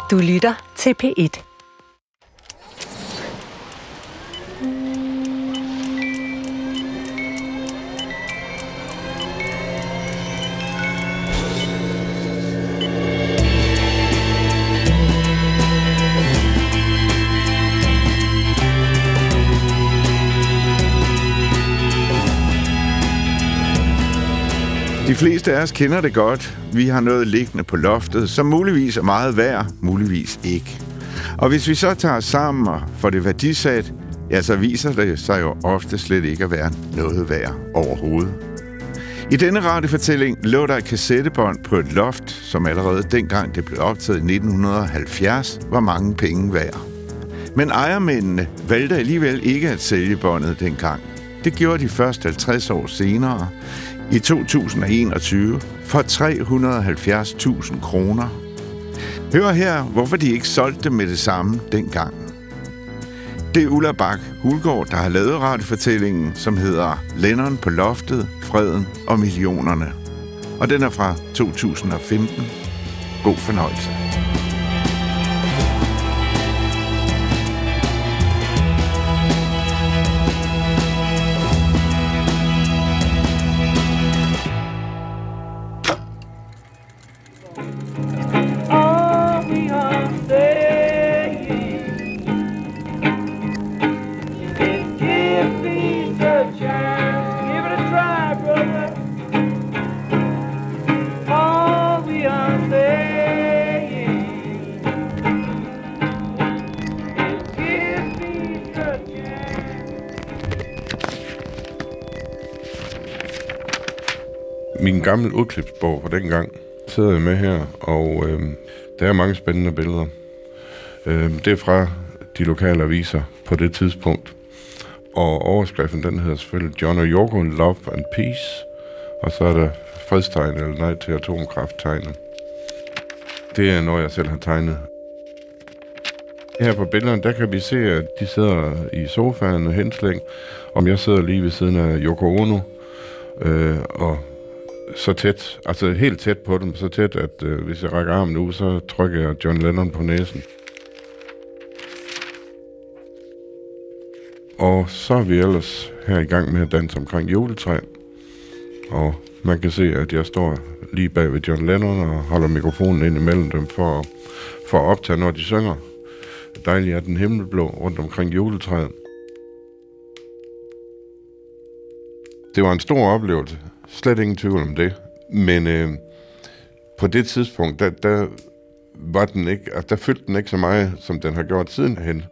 Du lytter til P1. De fleste af os kender det godt. Vi har noget liggende på loftet, som muligvis er meget værd, muligvis ikke. Og hvis vi så tager os sammen og får det værdisat, ja, så viser det sig jo ofte slet ikke at være noget værd overhovedet. I denne radiofortælling lå der et kassettebånd på et loft, som allerede dengang det blev optaget i 1970, var mange penge værd. Men ejermændene valgte alligevel ikke at sælge båndet dengang. Det gjorde de først 50 år senere, i 2021, for 370.000 kroner. Hør her, hvorfor de ikke solgte det med det samme dengang. Det er Ulla Bach Hulgaard, der har lavet radiofortællingen, som hedder Lennon på loftet, freden og millionerne. Og den er fra 2015. God fornøjelse. Min gamle udklipsbog fra dengang sidder jeg med her, og der er mange spændende billeder. Det er fra de lokale aviser på det tidspunkt. Og overskriften, den hedder selvfølgelig John og Yoko, Love and Peace. Og så er der fredstegn eller nej til atomkrafttegnet. Det er noget, jeg selv har tegnet. Her på billederne, der kan vi se, at de sidder i sofaen og henslæng. Om jeg sidder lige ved siden af Yoko Ono. Og så tæt, altså helt tæt på dem, så tæt, at hvis jeg rækker armen ud, så trykker jeg John Lennon på næsen. Og så er vi ellers her i gang med at danse omkring juletræet. Og man kan se, at jeg står lige bag ved John Lennon og holder mikrofonen ind imellem dem for at optage, når de synger. Dejligt er den himmelblå rundt omkring juletræet. Det var en stor oplevelse. Slet ingen tvivl om det. Men på det tidspunkt, der var den ikke, altså, der fyldte den ikke så meget, som den har gjort sidenhen.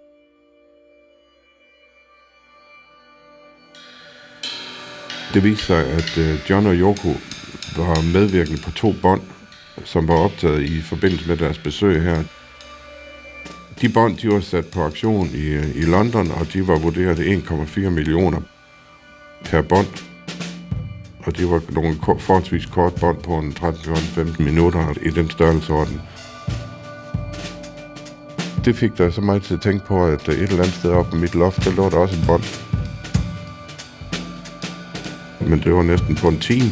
Det viste sig, at John og Yoko var medvirkende på 2 bånd, som var optaget i forbindelse med deres besøg her. De bånd, de var sat på auktion i London, og de var vurderet 1,4 millioner per bånd. Og det var nogle forholdsvis kort bånd på en 13-15 minutter i den størrelseorden. Det fik der så meget til at tænke på, at et eller andet sted oppe på mit loft, der lå der også en bånd. Men det var næsten på en time.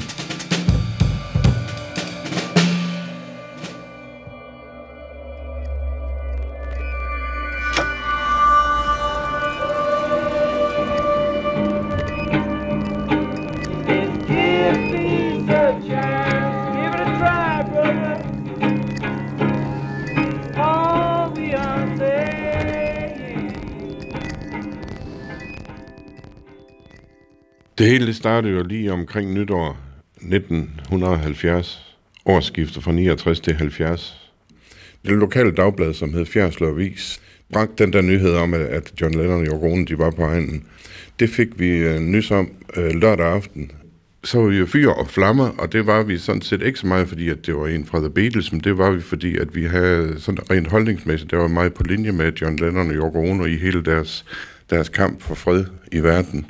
Det hele startede jo lige omkring nytår 1970, årsskiftet fra 69 til 70. Det lokale dagblad, som hed Fjerritslev Avis, bragte den der nyhed om, at John Lennon og Yoko Ono, de var på egnen. Det fik vi nys om lørdag aften. Så var vi jo fyr og flammer, og det var vi sådan set ikke så meget, fordi at det var en fra The Beatles, men det var vi, fordi at vi havde sådan rent holdningsmæssigt, det var meget på linje med John Lennon og Yoko Ono i hele deres kamp for fred i verden.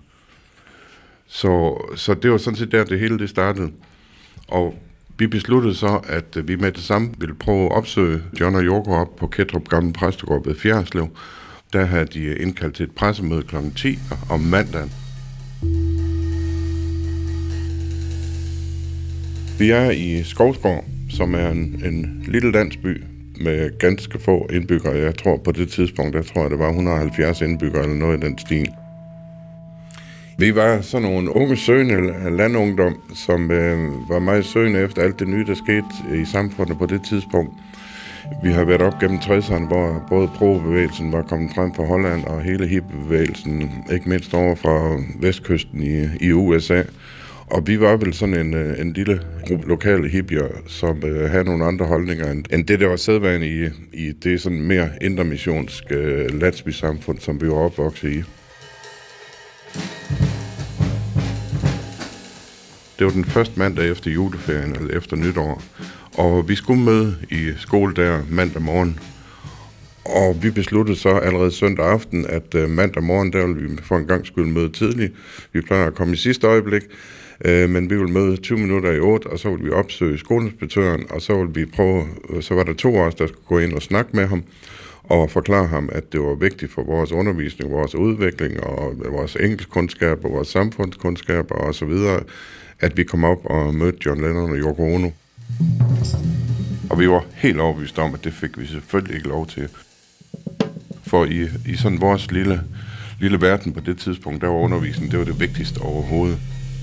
Så det var sådan set der, det hele det startede. Og vi besluttede så, at vi med det samme ville prøve at opsøge John og Yoko op på Kettrup Gamle Præstegård ved Fjerritslev. Der havde de indkaldt til et pressemøde kl. 10 om mandagen. Vi er i Skovsgård, som er en lille landsby med ganske få indbyggere. Jeg tror på det tidspunkt, det var 170 indbyggere eller noget i den stil. Vi var sådan nogle unge søgende landungdom, som var meget søgende efter alt det nye, der skete i samfundet på det tidspunkt. Vi har været op gennem 60'erne, hvor både pro-bevægelsen var kommet frem fra Holland, og hele hippiebevægelsen, ikke mindst over fra vestkysten i USA. Og vi var vel sådan en lille gruppe lokale hippier, som havde nogle andre holdninger end det, der var sædvane i det sådan mere intermissionske landsbysamfund, som vi var opvokset i. Det var den første mandag efter juleferien, eller efter nytår. Og vi skulle møde i skole der mandag morgen. Og vi besluttede så allerede søndag aften, at mandag morgen, der ville vi for en gang skulle møde tidligt. Vi plejer at komme i sidste øjeblik, men vi ville møde 20 minutter i 8, og så ville vi opsøge skoleinspektøren, og så ville vi så var der 2 af os, der skulle gå ind og snakke med ham, og forklare ham, at det var vigtigt for vores undervisning, vores udvikling, og vores engelskkundskaber, vores samfundskundskaber osv., at vi kom op og mødte John Lennon og Yoko Ono. Og vi var helt overbevist om, at det fik vi selvfølgelig ikke lov til. For i sådan vores lille verden på det tidspunkt, der var undervisning, det var det vigtigste overhovedet.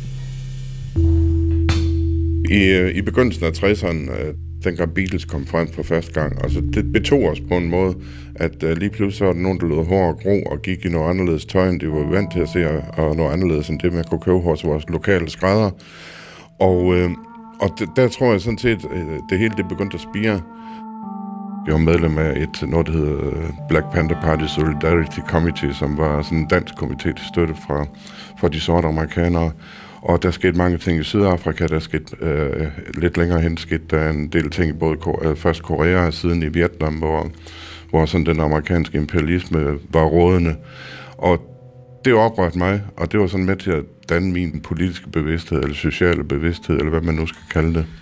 I begyndelsen af 60'erne, dengang Beatles kom frem for første gang, altså det betog os på en måde, at lige pludselig så var der nogen, der lød hår og gro og gik i noget anderledes tøj, end de var vant til at se, og noget anderledes end det, man kunne købe hos vores lokale skrædder. Og der tror jeg sådan set, det hele det begyndte at spire. Jeg var medlem af noget, der hedder Black Panther Party Solidarity Committee, som var sådan en dansk komité til støtte for de sorte amerikanere. Og der skete mange ting i Sydafrika, der skete lidt længere hen, skete der en del ting i både først Korea og siden i Vietnam, hvor sådan den amerikanske imperialisme var rådende. Og det oprørte mig, og det var sådan med til at danne min politiske bevidsthed, eller sociale bevidsthed, eller hvad man nu skal kalde det.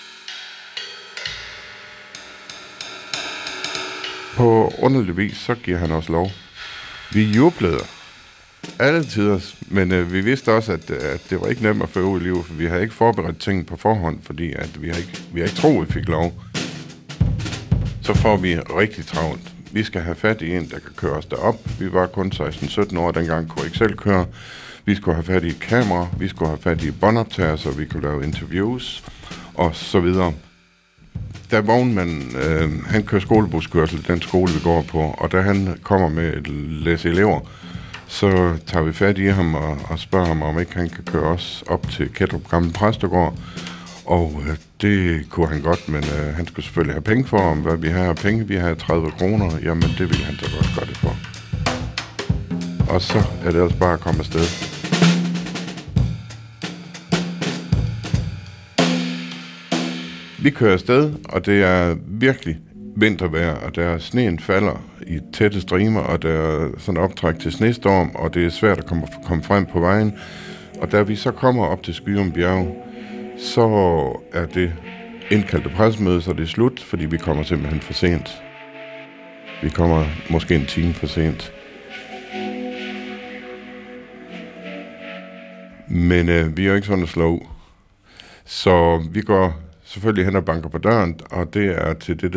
På underlig vis, så giver han os lov. Vi jublede alle tider, men vi vidste også, at det var ikke nemt at føre ud i livet, for vi havde ikke forberedt ting på forhånd, fordi at vi har ikke troet, vi fik lov. Så får vi rigtig travlt. Vi skal have fat i en, der kan køre os derop. Vi var kun 16-17 år, dengang kunne jeg ikke selv køre. Vi skulle have fat i et kamera, vi skulle have fat i båndoptager, så vi kunne lave interviews, og så videre. Da vognmanden, han kører skolebuskørsel, den skole vi går på, og da han kommer med et læs elever, så tager vi fat i ham og spørger ham, om ikke han kan køre os op til Kettrup Gamle Præstegård. Og det kunne han godt, men han skulle selvfølgelig have penge for, om hvad vi har penge. Vi har 30 kroner, jamen det ville han så godt gøre det for. Og så er det også bare at komme afsted. Vi kører afsted, og det er virkelig vintervejr, og der sneen falder i tætte strimer, og der er sådan optræk til snestorm, og det er svært at komme frem på vejen. Og da vi så kommer op til Skyrum Bjerg, så er det indkaldte pressemøde, så det er slut, fordi vi kommer simpelthen for sent. Vi kommer måske en time for sent. Men vi er jo ikke sådan at slå. Så vi går selvfølgelig hen og banker på døren, og det er til det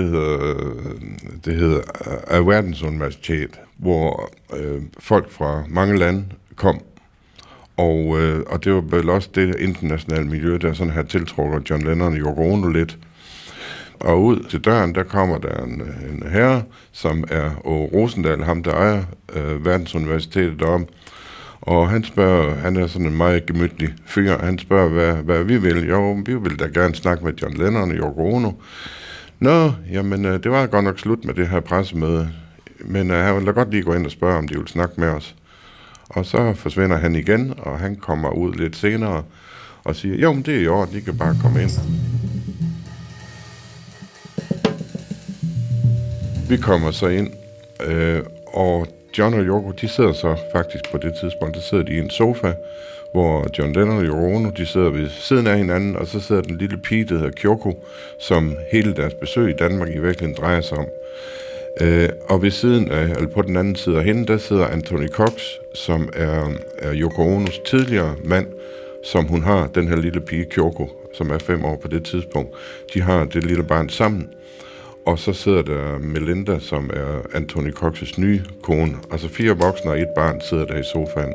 hedder Verdensuniversitet, hvor folk fra mange lande kom. Og det var vel også det internationale miljø, der sådan har tiltrukket John Lennon og Yoko Ono lidt. Og ud til døren, der kommer der en herre, som er Åge Rosendahl, ham der ejer Verdensuniversitetet derom. Og han spørger, han er sådan en meget gemytlig fyr, han spørger, hvad vi vil. Jo, vi vil da gerne snakke med John Lennon og Yoko Ono. Nå, jamen det var godt nok slut med det her pressemøde. Men han vil da godt lige gå ind og spørge, om de vil snakke med os. Og så forsvinder han igen, og han kommer ud lidt senere og siger, jo, men det er i orden, de kan bare komme ind. Vi kommer så ind, og John og Yoko, de sidder så faktisk på det tidspunkt, der sidder de i en sofa, hvor John Lennon og Yoko Ono, de sidder ved siden af hinanden, og så sidder den lille pige, der hedder Kyoko, som hele deres besøg i Danmark i virkeligheden drejer sig om. Og ved siden af, eller på den anden side af hende, der sidder Anthony Cox, som er Yoko Onos tidligere mand, som hun har, den her lille pige Kyoko, som er 5 år på det tidspunkt. De har det lille barn sammen. Og så sidder der Melinda, som er Anthony Cox's nye kone. Altså 4 voksne og 1 barn sidder der i sofaen.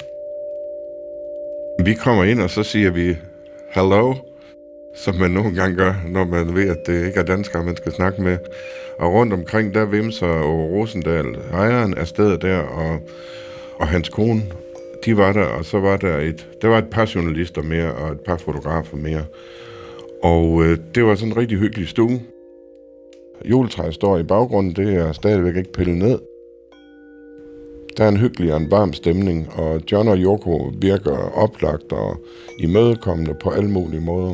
Vi kommer ind, og så siger vi, hello, som man nogle gange gør, når man ved, at det ikke er danskere, man skal snakke med. Og rundt omkring, der vimser Åge Rosendahl, ejeren af stedet der, og hans kone, de var der, og så var der var et par journalister mere, og et par fotografer mere. Og det var sådan en rigtig hyggelig stue. Juletræet står i baggrunden, det er stadigvæk ikke pillet ned. Der er en hyggelig og en varm stemning, og John og Yoko virker oplagt og imødekommende på alle mulige måder.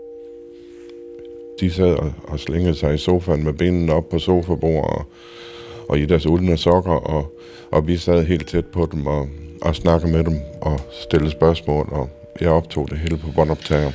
De sad og slængede sig i sofaen med benene op på sofabordet og i deres uldne sokker, og vi sad helt tæt på dem og snakkede med dem og stillede spørgsmål, og jeg optog det hele på båndoptager.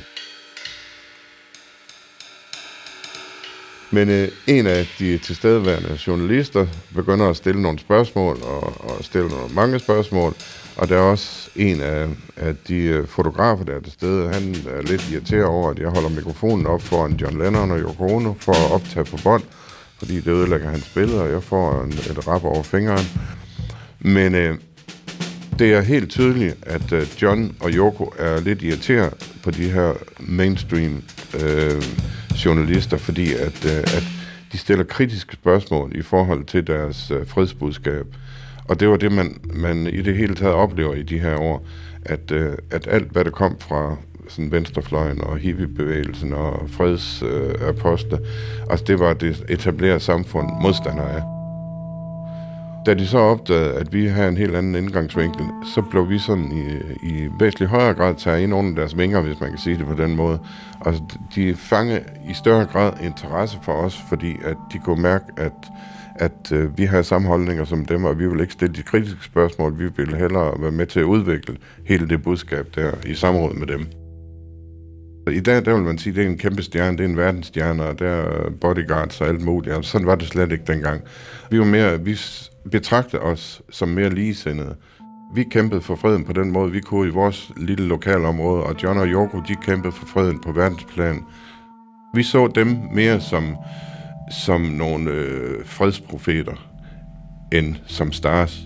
Men en af de tilstedeværende journalister begynder at stille nogle spørgsmål, og stille mange spørgsmål. Og der er også en af de fotografer, der er til stede. Han er lidt irriteret over, at jeg holder mikrofonen op foran John Lennon og Yoko Ono for at optage på bånd, fordi det ødelægger hans billeder, og jeg får et rap over fingeren. Men det er helt tydeligt, at John og Yoko er lidt irriteret på de her mainstream journalister, fordi at de stiller kritiske spørgsmål i forhold til deres fredsbudskab. Og det var det, man i det hele taget oplever i de her år, at alt, hvad der kom fra sådan venstrefløjen og hippiebevægelsen og fredsapostle, altså det var det etablerede samfund modstander af. Da de så opdagede, at vi havde en helt anden indgangsvinkel, så blev vi sådan i væsentligt højere grad taget ind under deres vinger, hvis man kan sige det på den måde. Altså, de fangede i større grad interesse for os, fordi at de kunne mærke, at vi havde samme holdninger som dem, og vi ville ikke stille de kritiske spørgsmål. Vi ville hellere være med til at udvikle hele det budskab der i samråd med dem. I dag, der vil man sige, at det er en kæmpe stjerne, det er en verdensstjerne, og der er bodyguards og alt muligt. Altså, sådan var det slet ikke dengang. Vi betragtede os som mere ligesindede. Vi kæmpede for freden på den måde, vi kunne i vores lille lokalområde, og John og Yoko, de kæmpede for freden på verdensplan. Vi så dem mere som nogle fredsprofeter, end som stars.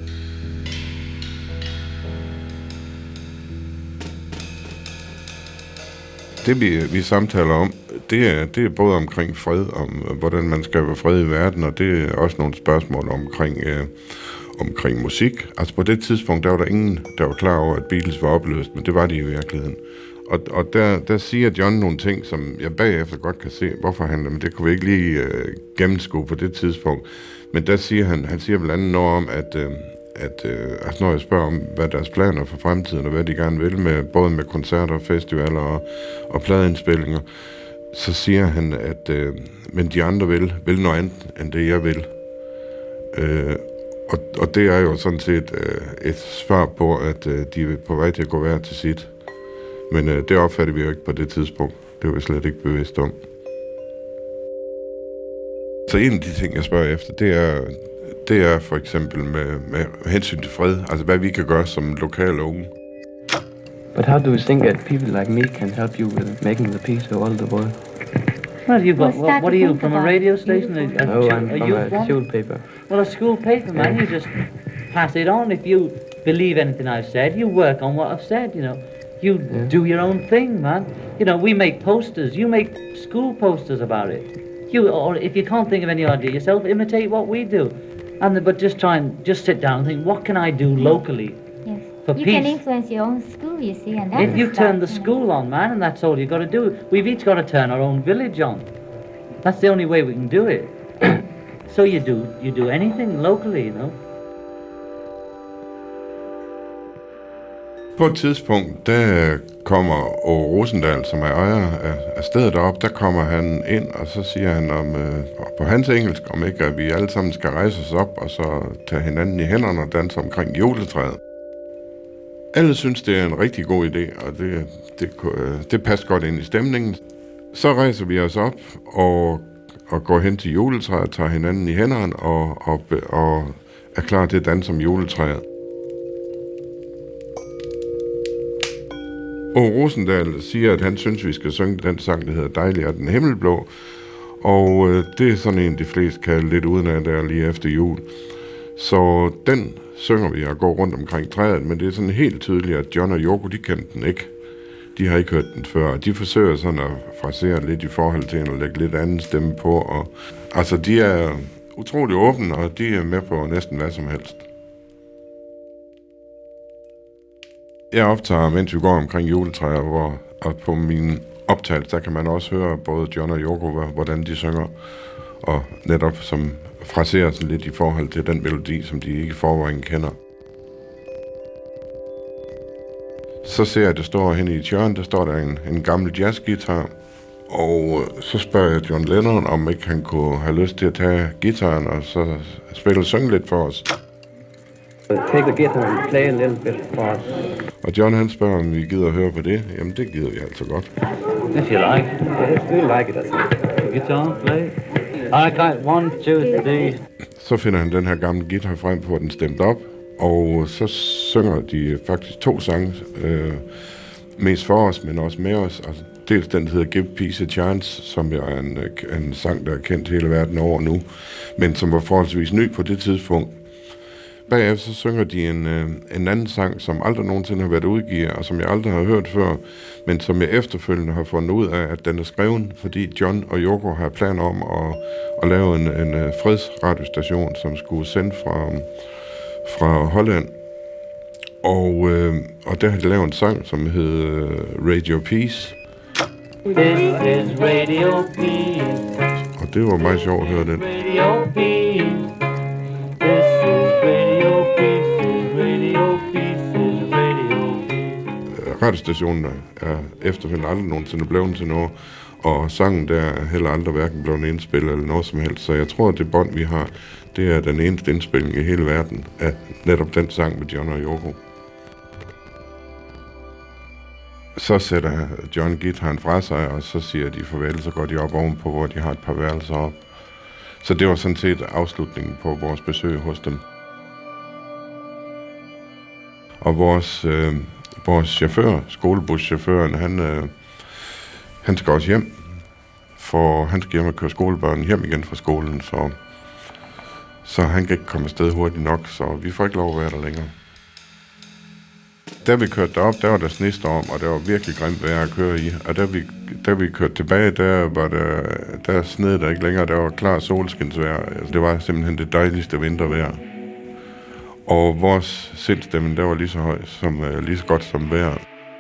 Det vi samtaler om, det er både omkring fred, om hvordan man skaber fred i verden, og det er også nogle spørgsmål omkring musik. Altså på det tidspunkt, der var der ingen, der var klar over, at Beatles var opløst, men det var de i virkeligheden. Og der siger John nogle ting, som jeg bagefter godt kan se, hvorfor han, men det kunne vi ikke lige gennemskue på det tidspunkt. Men der siger han siger blandt andet noget om, altså når jeg spørger om, hvad deres planer for fremtiden, og hvad de gerne vil, både med koncerter, festivaler og pladeindspillinger, så siger han, at men de andre vil noget andet, end det jeg vil. Og det er jo sådan set et svar på, at de er på vej til at gå hver til sit. Men det opfatter vi jo ikke på det tidspunkt. Det var vi slet ikke bevidst om. Så en af de ting, jeg spørger efter, det er for eksempel med hensyn til fred. Altså hvad vi kan gøre som lokale unge. But how do you think that people like me can help you with making the peace of all the world? Well, what are you, from a radio station? No, I'm from a school paper. Well, a school paper, man, you just pass it on. If you believe anything I've said, you work on what I've said, you know. You do your own thing, man. You know, we make posters. You make school posters about it. Or if you can't think of any idea yourself, imitate what we do. But just sit down and think, what can I do locally? Yes. For you peace. Can influence your own school, you see, and If you turn the school on, man, and that's all you got to do. We've each got to turn our own village on. That's the only way we can do it. So you do anything locally, you know. På et tidspunkt, der kommer Åge Rosendahl, som er ejer af stedet deroppe, der kommer han ind, og så siger han på hans engelsk, om ikke at vi alle sammen skal rejse os op, og så tage hinanden i hænderne og danse omkring juletræet. Alle synes, det er en rigtig god idé, og det passer godt ind i stemningen. Så rejser vi os op og går hen til juletræet, tager hinanden i hænderne og er klar til at danse om juletræet. Og Rosendahl siger, at han synes, vi skal synge den sang, der hedder Dejlig er den himmelblå. Og det er sådan en, de fleste kan lidt uden af der lige efter jul. Så den synger vi og går rundt omkring træet, men det er sådan helt tydeligt, at John og Yoko, de kendte den ikke. De har ikke hørt den før, de forsøger sådan at frasere lidt i forhold til at lægge lidt anden stemme på. Og, altså, de er utrolig åbne, og de er med på næsten hvad som helst. Jeg optager, mens vi går omkring juletræer, og på min optagelse, der kan man også høre både John og Yoko, hvordan de synger, og netop som fraserer sådan lidt i forhold til den melodi, som de ikke i forvejen kender. Så ser jeg, at der står hen i et hjørne, der står der en gammel jazzguitar, og så spørger jeg John Lennon, om ikke han kunne have lyst til at tage guitaren og så spille og synge lidt for os. Take the guitar and play a little bit for us. Og John han spørger, om vi gider at høre på det. Jamen det gider vi altså godt. If you like. Yes, we like it, I think. Guitar, play. I got 1, 2, 3. Så finder han den her gamle guitar frem, får den stemt op, og så synger de faktisk 2 sange, mest for os, men også med os. Altså, dels den, der hedder Give Peace a Chance, som er en sang, der er kendt hele verden over nu, men som var forholdsvis ny på det tidspunkt. Bagefter så synger de en anden sang, som aldrig nogensinde har været udgivet, og som jeg aldrig har hørt før, men som jeg efterfølgende har fundet ud af, at den er skrevet, fordi John og Yoko har planer om at lave en fredsradiostation, som skulle sende fra Holland. Og der har de lavet en sang, som hed Radio Peace. This is Radio Peace. Og det var meget sjovt at høre den. Radio Peace. This is Radio Peace. Radio Peace. Radio Peace. Radiostationen er efterfølgende aldrig nogensinde blevet til noget, og sangen der er heller aldrig hverken blevet indspillet eller noget som helst. Så jeg tror, at det bånd, vi har, det er den eneste indspilning i hele verden af netop den sang med John og Yoko. Så sætter John guitaren fra sig, og så siger de farvel, så går de op ovenpå, hvor de har et par værelser op. Så det var sådan set afslutningen på vores besøg hos dem. Og vores chauffør, skolebuschaufføren, han skal også hjem, for han skal hjem og køre skolebørnene hjem igen fra skolen, så han kan ikke komme afsted hurtigt nok, så vi får ikke lov at være der længere. Da vi kørte derop, der var der snestorm, og det var virkelig grimt vejr at køre i. Og da vi kørte tilbage, der sned der ikke længere. Der var klar solskinsvejr. Altså, det var simpelthen det dejligste vintervejr. Og vores sindsstemning, der var lige så høj, lige så godt som vejr.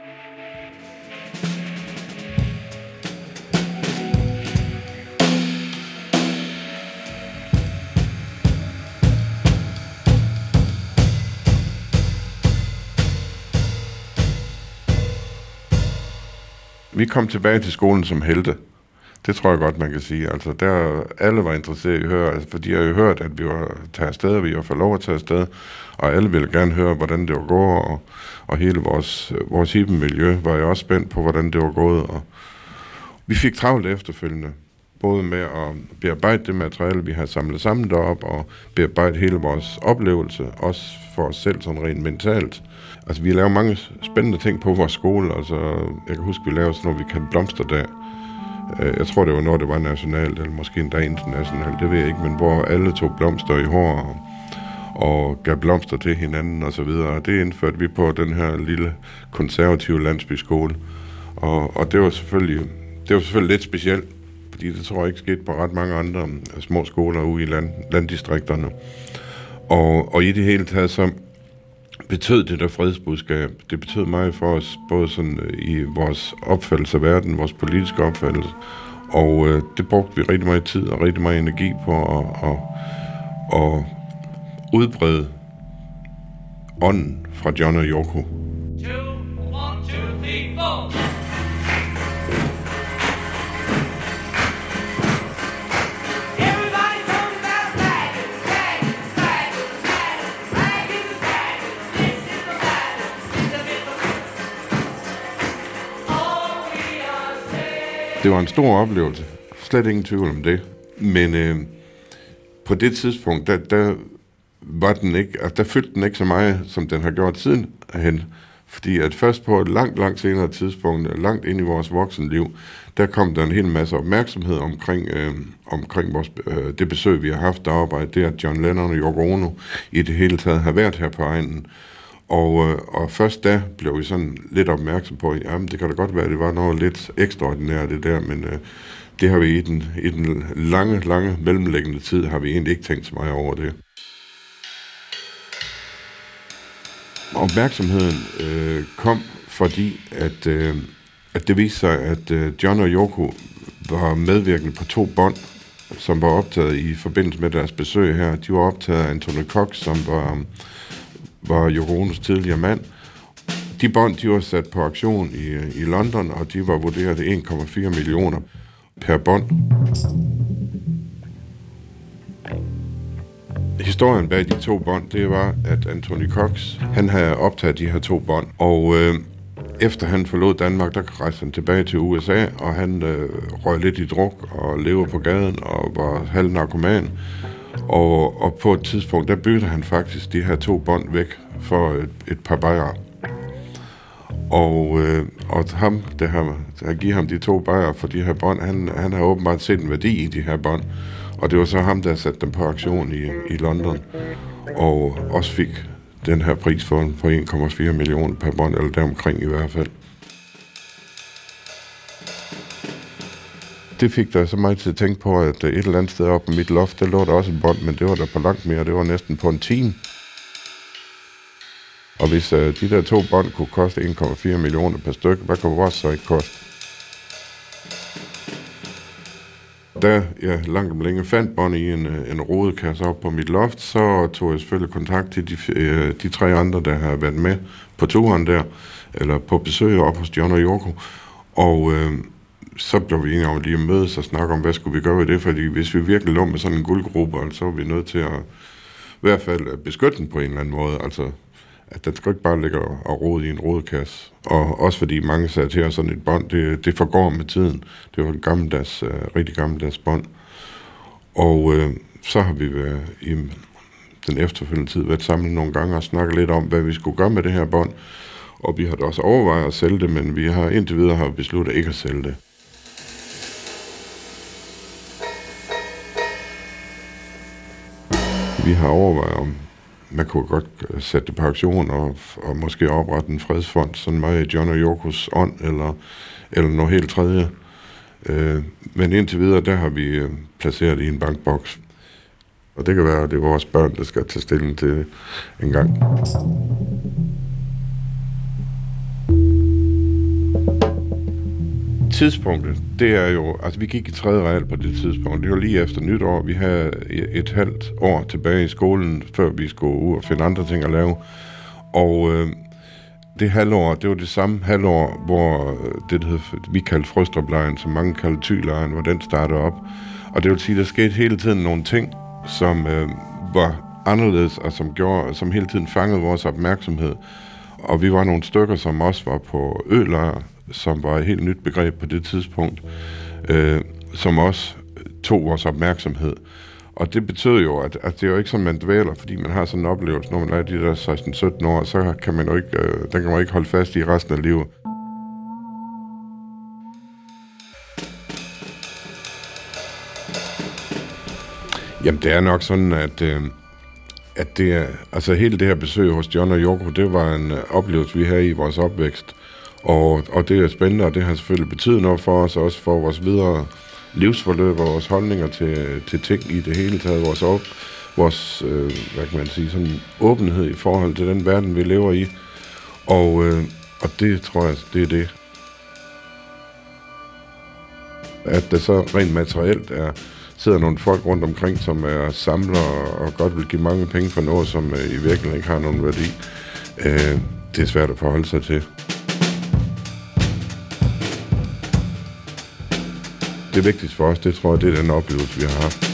Vi kom tilbage til skolen som helte. Det tror jeg godt, man kan sige. Altså, alle var interesseret i at høre, altså, for de har jo hørt, at vi var taget afsted, og vi var fået lov at tage afsted, og alle ville gerne høre, hvordan det var gået, og hele vores hippemiljø var jo også spændt på, hvordan det var gået. Og vi fik travlt efterfølgende, både med at bearbejde det materiale, vi har samlet sammen deroppe, og bearbejde hele vores oplevelse, også for os selv sådan rent mentalt. Altså, vi har lavet mange spændende ting på vores skole. Altså, jeg kan huske, vi lavede sådan noget, vi kaldte blomsterdag. Jeg tror, det var når det var nationalt, eller måske endda internationalt, det ved jeg ikke, men hvor alle tog blomster i hår og gav blomster til hinanden og så videre. Det indførte vi på den her lille konservative landsbyskole. Og det var selvfølgelig lidt specielt, fordi det tror jeg ikke skete på ret mange andre små skoler ude i landdistrikterne. Og i det hele taget, så betød det der fredsbudskab. Det betød meget for os, både sådan i vores opfattelse af verden, vores politiske opfattelse. Og det brugte vi rigtig meget tid og rigtig meget energi på at udbrede ånden fra John og Yoko. 2, 1, 2, 3, 4. Det var en stor oplevelse. Slet ingen tvivl om det. Men på det tidspunkt, der var den ikke, altså, der fyldte den ikke så meget, som den har gjort siden hen. Fordi at først på et langt senere tidspunkt, langt ind i vores voksenliv, der kom der en hel masse opmærksomhed omkring vores, det besøg, vi har haft deroppe, det at John Lennon og Yoko Ono i det hele taget har været her på egnen. Og først da blev vi sådan lidt opmærksom på, jamen det kan da godt være, at det var noget lidt ekstraordinært det der, men det har vi i den lange mellemliggende tid, har vi egentlig ikke tænkt så meget over det. Opmærksomheden kom, fordi at det viste sig, at John og Yoko var medvirkende på 2 bånd, som var optaget i forbindelse med deres besøg her. De var optaget af Anthony Cox, som var Yoko Onos tidligere mand. De bånd, de var sat på auktion i London, og de var vurderet til 1,4 millioner per bånd. Historien bag de 2 bånd, det var, at Anthony Cox, han havde optaget de her 2 bånd, og efter han forlod Danmark, der rejste han tilbage til USA, og han røg lidt i druk og levede på gaden og var halv narkoman. Og på et tidspunkt, der byttede han faktisk de her 2 bånd væk for et par bajere. Og ham, der har givet ham de 2 bajere for de her bånd, han har åbenbart set en værdi i de her bånd. Og det var så ham, der satte dem på auktion i London, og også fik den her pris på 1,4 millioner per bånd, eller deromkring i hvert fald. Det fik der så meget til at tænke på, at et eller andet sted oppe på mit loft, der lå der også en bånd, men det var der på langt mere, det var næsten på en time. Og hvis de der 2 bånd kunne koste 1,4 millioner per stykke, hvad kunne vores så ikke koste? Da jeg langt om længe fandt bånd i en rodekasse op på mit loft, så tog jeg selvfølgelig kontakt til de 3 andre, der har været med på turen der, eller på besøg op hos John og Yoko. Og så blev vi enige om lige at mødes og snakke om, hvad skulle vi gøre ved det, fordi hvis vi virkelig lå med sådan en guldgruppe, så var vi nødt til at i hvert fald beskytte den på en eller anden måde, altså at den skal ikke bare ligge og rode i en rodekasse. Og også fordi mange sagde til os, sådan et bånd, det forgår med tiden. Det var et rigtig gammeldags bånd. Og så har vi i den efterfølgende tid været samlet nogle gange og snakket lidt om, hvad vi skulle gøre med det her bånd. Og vi har da også overvejet at sælge det, men vi har indtil videre besluttet ikke at sælge det. Vi har overvejet, om man kunne godt sætte det på auktion og måske oprette en fredsfond, sådan meget i John og Yokos ånd, eller noget helt tredje. Men indtil videre, der har vi placeret i en bankboks. Og det kan være, at det er vores børn, der skal tage stilling til en gang. Tidspunktet, det er jo, altså vi gik i 3. real på det tidspunkt, det var lige efter nytår, vi havde et halvt år tilbage i skolen, før vi skulle ud og finde andre ting at lave, og det halvår, det var det samme halvår, hvor vi kaldte Frøstruplejren, som mange kaldte Thylejren, hvor den startede op, og det vil sige, der skete hele tiden nogle ting, som var anderledes, og som hele tiden fangede vores opmærksomhed, og vi var nogle stykker, som også var på ølejr, som var et helt nyt begreb på det tidspunkt, som også tog vores opmærksomhed. Og det betød jo, at det er jo ikke sådan, man dvæler, fordi man har sådan en oplevelse, når man er de der 16-17 år, så kan man jo ikke, den kan man ikke holde fast i resten af livet. Jamen, det er nok sådan, at det er, altså hele det her besøg hos John og Yoko, det var en oplevelse, vi havde i vores opvækst. Og det er spændende, og det har selvfølgelig betydet noget for os, også for vores videre livsforløb og vores holdninger til ting i det hele taget. Vores hvad kan man sige, sådan åbenhed i forhold til den verden, vi lever i. Og det tror jeg, det er det. At der så rent materielt sidder nogle folk rundt omkring, som er samlere og godt vil give mange penge for noget, som i virkeligheden ikke har nogen værdi. Det er svært at forholde sig til. Det vigtigste for os, det tror jeg, det er den oplevelse, vi har haft.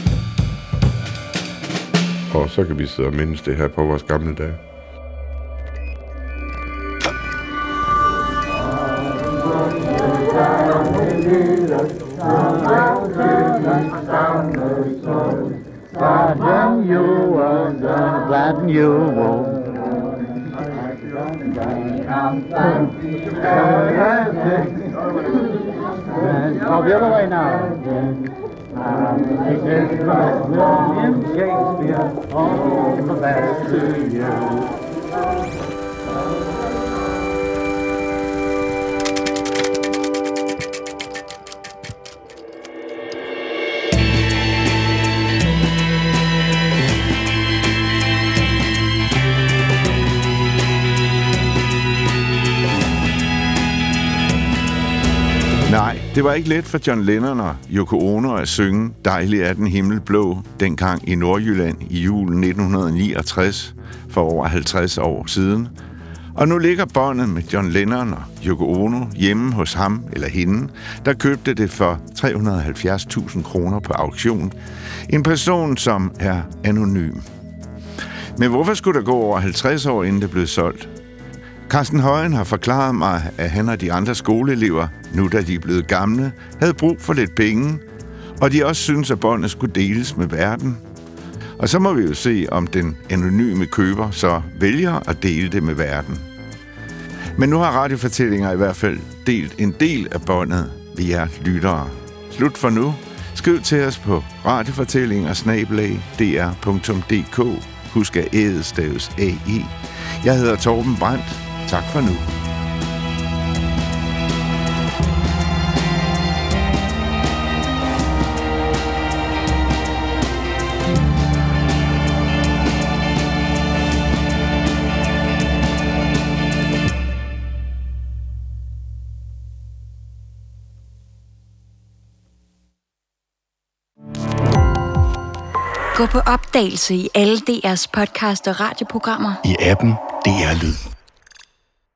Og så kan vi sidde og mindes det her på vores gamle dage. Oh, the other way now. William Shakespeare, all the best to you. Nej, det var ikke let for John Lennon og Yoko Ono at synge Dejlig er den himmel blå dengang i Nordjylland i julen 1969 for over 50 år siden. Og nu ligger båndet med John Lennon og Yoko Ono hjemme hos ham eller hende, der købte det for 370.000 kroner på auktion. En person, som er anonym. Men hvorfor skulle der gå over 50 år, inden det blev solgt? Carsten Høyen har forklaret mig, at han og de andre skoleelever, nu da de er blevet gamle, havde brug for lidt penge, og de også synes, at båndet skulle deles med verden. Og så må vi jo se, om den anonyme køber så vælger at dele det med verden. Men nu har Radiofortællinger i hvert fald delt en del af båndet ved jer lyttere. Slut for nu. Skriv til os på radiofortællinger@dr.dk. Husk at æde staves AE. Jeg hedder Torben Brandt. Tak for nu. Gå på opdagelse i alle DR's podcast og radioprogrammer. I appen DR Lyd.